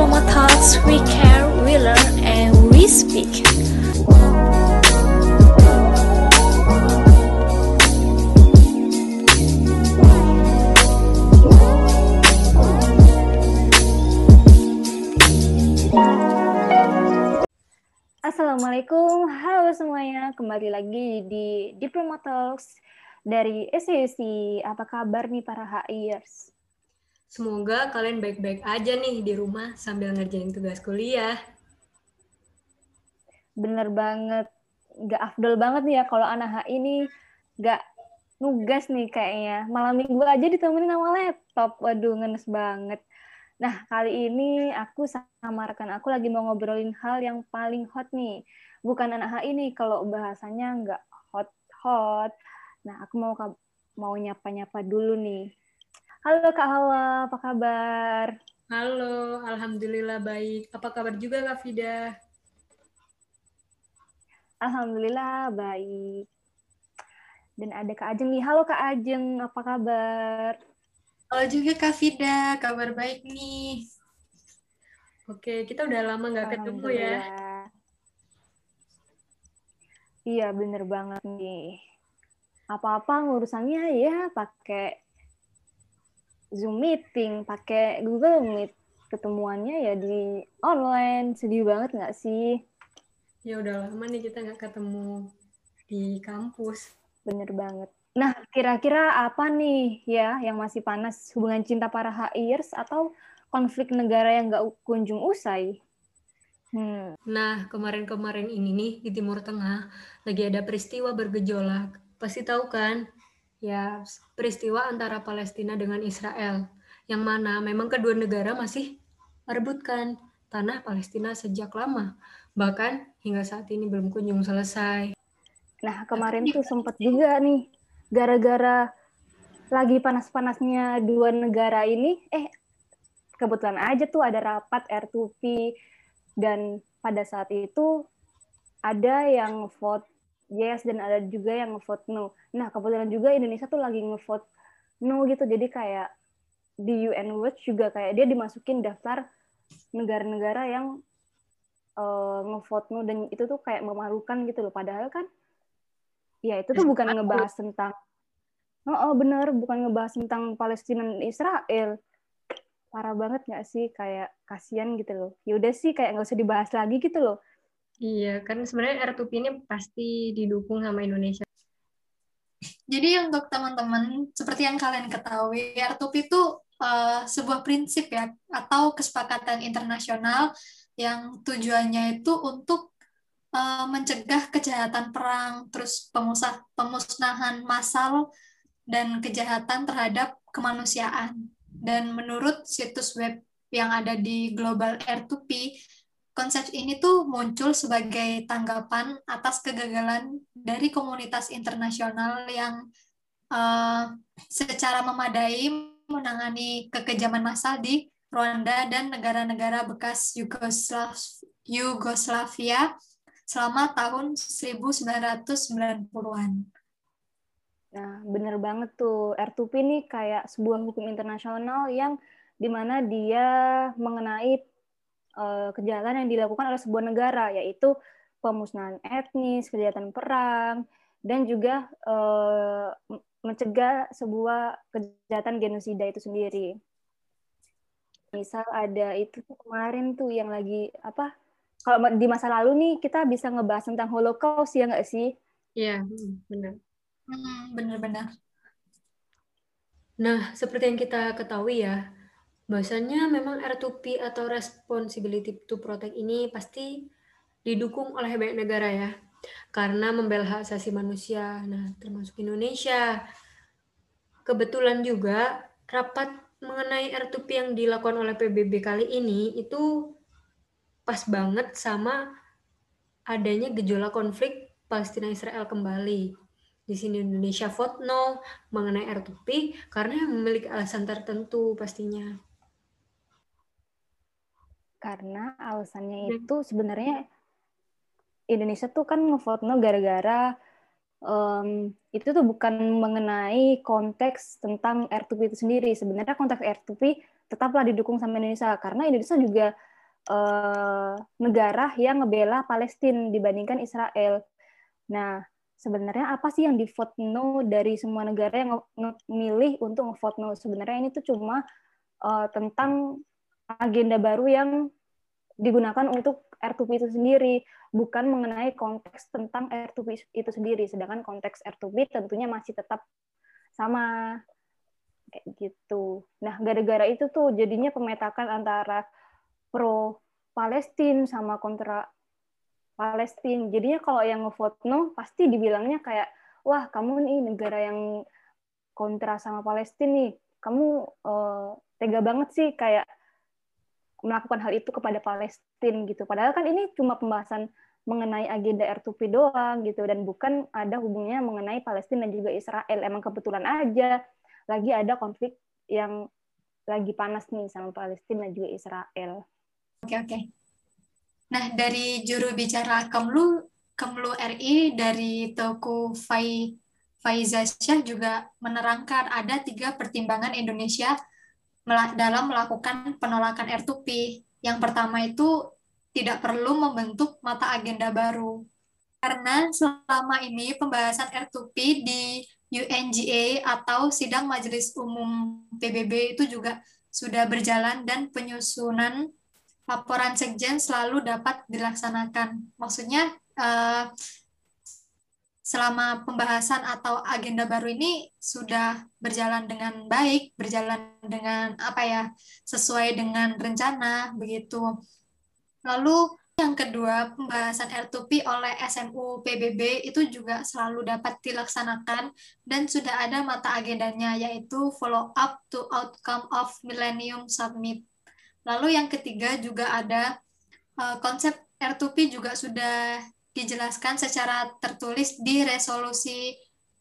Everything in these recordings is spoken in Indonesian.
Diploma Talks, we care, we learn, and we speak. Assalamualaikum, halo semuanya, kembali lagi di Diploma Talks dari SUC. Apa kabar nih para HIers? Semoga kalian baik-baik aja nih di rumah sambil ngerjain tugas kuliah. Bener banget, gak afdol banget nih ya kalau anak HI ini gak nugas nih kayaknya. Malam minggu aja ditemenin sama laptop, waduh ngenes banget. Nah, kali ini aku sama rekan aku lagi mau ngobrolin hal yang paling hot nih. Bukan anak HI nih, kalau bahasanya nggak hot-hot. Nah, aku mau nyapa-nyapa dulu nih. Halo Kak Hawa, apa kabar? Halo, alhamdulillah baik. Apa kabar juga Kak Fida? Alhamdulillah baik. Dan ada Kak Ajeng nih. Halo Kak Ajeng, apa kabar? Halo juga Kak Fida, kabar baik nih. Oke, kita udah lama nggak ketemu ya. Iya, bener banget nih. Apa-apa ngurusannya ya pakai Zoom meeting, pakai Google Meet. Ketemuannya ya di online. Sedih banget nggak sih? Ya udah lama nih kita nggak ketemu di kampus. Bener banget. Nah, kira-kira apa nih ya yang masih panas? Hubungan cinta para HIers atau konflik negara yang nggak kunjung usai? Nah, kemarin-kemarin ini nih di Timur Tengah lagi ada peristiwa bergejolak. Pasti tahu kan? Ya, peristiwa antara Palestina dengan Israel. Yang mana memang kedua negara masih merebutkan tanah Palestina sejak lama. Bahkan hingga saat ini belum kunjung selesai. Nah, kemarin tuh sempat juga nih, gara-gara lagi panas-panasnya dua negara ini, kebetulan aja tuh ada rapat R2P, dan pada saat itu ada yang vote yes dan ada juga yang vote no. Nah, kebetulan juga Indonesia tuh lagi ngevote no gitu, jadi kayak di UN Watch juga kayak dia dimasukin daftar negara-negara yang ngevote no, dan itu tuh kayak memalukan gitu loh. Padahal kan ya itu tuh bukan ngebahas tentang bener, bukan ngebahas tentang Palestina dan Israel. Parah banget nggak sih? Kayak kasihan gitu loh. Ya udah sih, kayak nggak usah dibahas lagi gitu loh. Iya, kan sebenarnya R2P ini pasti didukung sama Indonesia. Jadi untuk teman-teman, seperti yang kalian ketahui, R2P itu sebuah prinsip ya, atau kesepakatan internasional yang tujuannya itu untuk mencegah kejahatan perang, terus pemusnahan massal, dan kejahatan terhadap kemanusiaan. Dan menurut situs web yang ada di Global R2P, konsep ini tuh muncul sebagai tanggapan atas kegagalan dari komunitas internasional yang secara memadai menangani kekejaman massal di Rwanda dan negara-negara bekas Yugoslavia selama tahun 1990-an. Nah, bener banget tuh. R2P ini kayak sebuah hukum internasional yang dimana dia mengenai kejahatan yang dilakukan oleh sebuah negara, yaitu pemusnahan etnis, kejahatan perang, dan juga mencegah sebuah kejahatan genosida itu sendiri. Misal ada itu kemarin tuh yang lagi apa? Kalau di masa lalu nih kita bisa ngebahas tentang Holocaust ya nggak sih? Iya, benar. Benar-benar. Nah, seperti yang kita ketahui ya, bahwasanya memang R2P atau Responsibility to Protect ini pasti didukung oleh banyak negara ya, karena membela hak asasi manusia, nah termasuk Indonesia. Kebetulan juga rapat mengenai R2P yang dilakukan oleh PBB kali ini itu pas banget sama adanya gejolak konflik Palestina-Israel kembali. Di sini Indonesia vote no mengenai R2P karena memiliki alasan tertentu pastinya. Karena alasannya itu sebenarnya Indonesia tuh kan ngevote no gara-gara itu tuh bukan mengenai konteks tentang R2P itu sendiri. Sebenarnya konteks R2P tetaplah didukung sama Indonesia karena Indonesia juga negara yang ngebela Palestina dibandingkan Israel. Nah, sebenarnya apa sih yang di vote no dari semua negara yang memilih untuk nge-vote no? Sebenarnya ini tuh cuma tentang agenda baru yang digunakan untuk R2P itu sendiri, bukan mengenai konteks tentang R2P itu sendiri. Sedangkan konteks R2P tentunya masih tetap sama kayak gitu. Nah, gara-gara itu tuh jadinya pemetakan antara pro Palestina sama kontra Palestina. Jadinya kalau yang ngevote no pasti dibilangnya kayak, wah kamu nih negara yang kontra sama Palestina nih, kamu tega banget sih kayak melakukan hal itu kepada Palestina gitu. Padahal kan ini cuma pembahasan mengenai agenda R2P doang gitu, dan bukan ada hubungannya mengenai Palestina dan juga Israel. Emang kebetulan aja lagi ada konflik yang lagi panas nih sama Palestina dan juga Israel. Oke. Nah, dari juru bicara Kemlu RI dari Teuku Faizasyah juga menerangkan ada 3 pertimbangan Indonesia dalam melakukan penolakan R2P. Yang pertama itu tidak perlu membentuk mata agenda baru. Karena selama ini pembahasan R2P di UNGA atau Sidang Majelis Umum PBB itu juga sudah berjalan dan penyusunan laporan sekjen selalu dapat dilaksanakan. Maksudnya selama pembahasan atau agenda baru ini sudah berjalan dengan baik, berjalan dengan sesuai dengan rencana begitu. Lalu yang kedua, pembahasan R2P oleh SMU PBB itu juga selalu dapat dilaksanakan dan sudah ada mata agendanya, yaitu follow up to outcome of Millennium Summit. Lalu yang ketiga juga ada konsep R2P juga sudah dijelaskan secara tertulis di resolusi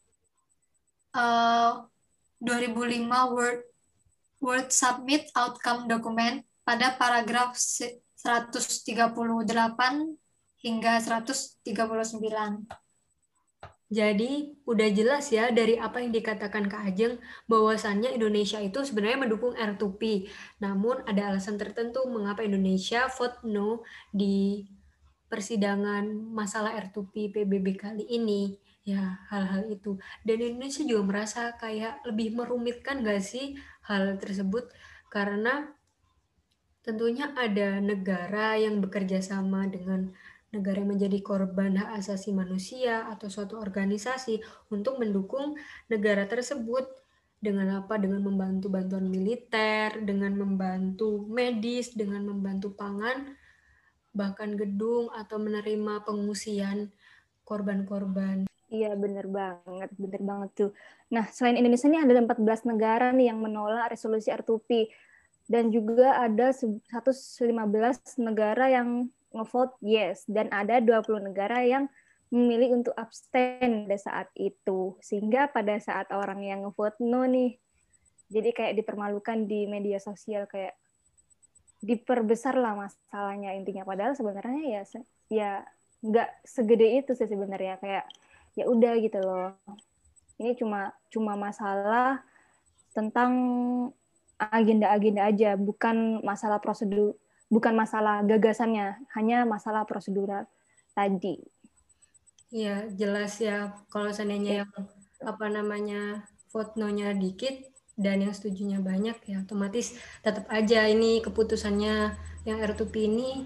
2005 World Summit Outcome Document pada paragraf 138 hingga 139. Jadi udah jelas ya dari apa yang dikatakan Kak Ajeng bahwasannya Indonesia itu sebenarnya mendukung R2P. Namun ada alasan tertentu mengapa Indonesia vote no di persidangan masalah R2P PBB kali ini. Ya, hal-hal itu. Dan Indonesia juga merasa kayak lebih merumitkan gak sih hal tersebut? Karena tentunya ada negara yang bekerja sama dengan negara yang menjadi korban hak asasi manusia atau suatu organisasi untuk mendukung negara tersebut dengan apa? Dengan membantu bantuan militer, dengan membantu medis, dengan membantu pangan, bahkan gedung atau menerima pengungsian korban-korban. Iya, bener banget tuh. Nah, selain Indonesia ini ada 14 negara nih yang menolak resolusi R2P. Dan juga ada 115 negara yang ngevote yes, dan ada 20 negara yang memilih untuk abstain pada saat itu. Sehingga pada saat orang yang ngevote no nih, jadi kayak dipermalukan di media sosial, kayak diperbesar lah masalahnya intinya. Padahal sebenarnya ya nggak segede itu sih sebenarnya, kayak ya udah gitu loh. Ini cuma masalah tentang agenda-agenda aja, bukan masalah prosedur, bukan masalah gagasannya, hanya masalah prosedural tadi. Ya, jelas ya. Kalau seandainya yang vote no-nya dikit dan yang setujunya banyak, ya otomatis tetap aja ini keputusannya yang R2P ini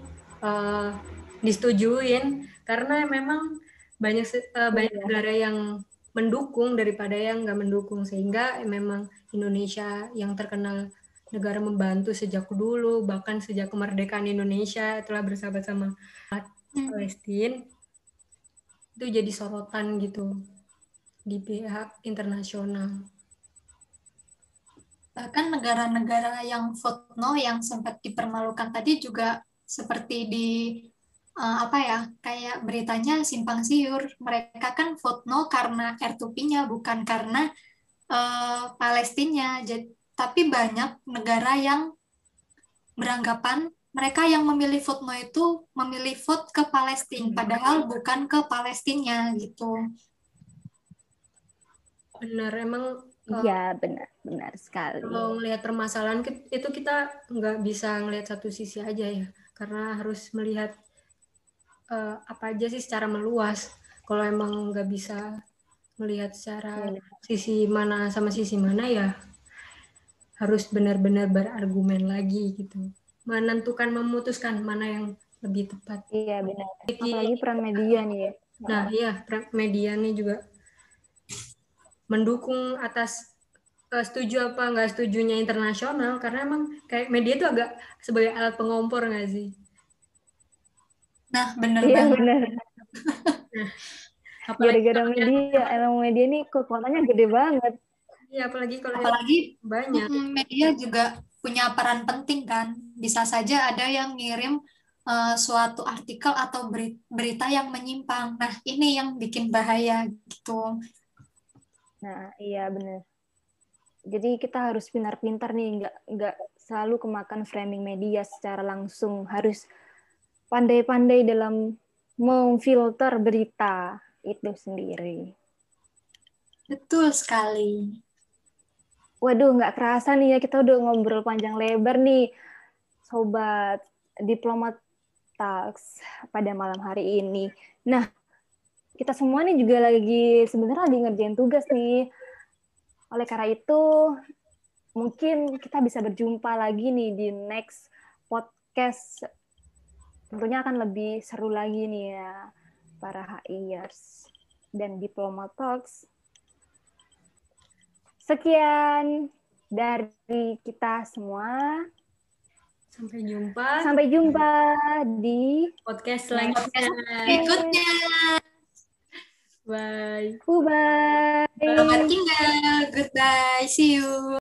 disetujuin karena memang banyak negara yang mendukung daripada yang nggak mendukung, sehingga memang Indonesia yang terkenal negara membantu sejak dulu, bahkan sejak kemerdekaan Indonesia telah bersahabat sama Palestina, itu jadi sorotan gitu di pihak internasional. Bahkan negara-negara yang vote no yang sempat dipermalukan tadi juga seperti di kayak beritanya simpang siur. Mereka kan vote no karena R2P-nya, bukan karena Palestina. Tapi banyak negara yang beranggapan mereka yang memilih vote no itu memilih vote ke Palestina, padahal bukan ke Palestina gitu. Benar, emang Iya, benar sekali. kalau ngelihat permasalahan itu kita nggak bisa ngelihat satu sisi aja ya, karena harus melihat apa aja sih secara meluas. Kalau emang nggak bisa melihat secara sisi mana sama sisi mana, ya harus benar-benar berargumen lagi gitu, memutuskan mana yang lebih tepat. Iya benar. Apalagi peran media nih ya. Nah iya, media nih juga mendukung atas setuju apa nggak setujunya internasional, karena emang kayak media itu agak sebagai alat pengompor nggak sih? Nah, bener Iya banget. benar. Nah, apalagi Gara-gara media, emang media nih kekuatannya gede banget. iya, apalagi kalau Apalagi banyak. media juga punya peran penting kan. Bisa saja ada yang ngirim suatu artikel atau berita yang menyimpang. Nah, ini yang bikin bahaya gitu. Nah, iya benar. Jadi kita harus pintar-pintar nih, nggak selalu kemakan framing media secara langsung. Harus pandai-pandai dalam memfilter berita itu sendiri. Betul sekali. Waduh, nggak kerasa nih ya, kita udah ngobrol panjang lebar nih, Sobat Diplomat Talks pada malam hari ini. Nah, kita semua nih juga sebenarnya lagi ngerjain tugas nih. Oleh karena itu, mungkin kita bisa berjumpa lagi nih di next podcast. Tentunya akan lebih seru lagi nih ya, para HIers dan Diplomat Talks. Sekian dari kita semua. Sampai jumpa. Sampai jumpa di podcast selanjutnya. Berikutnya. Bye. Bye. Selamat tinggal. Goodbye. See you.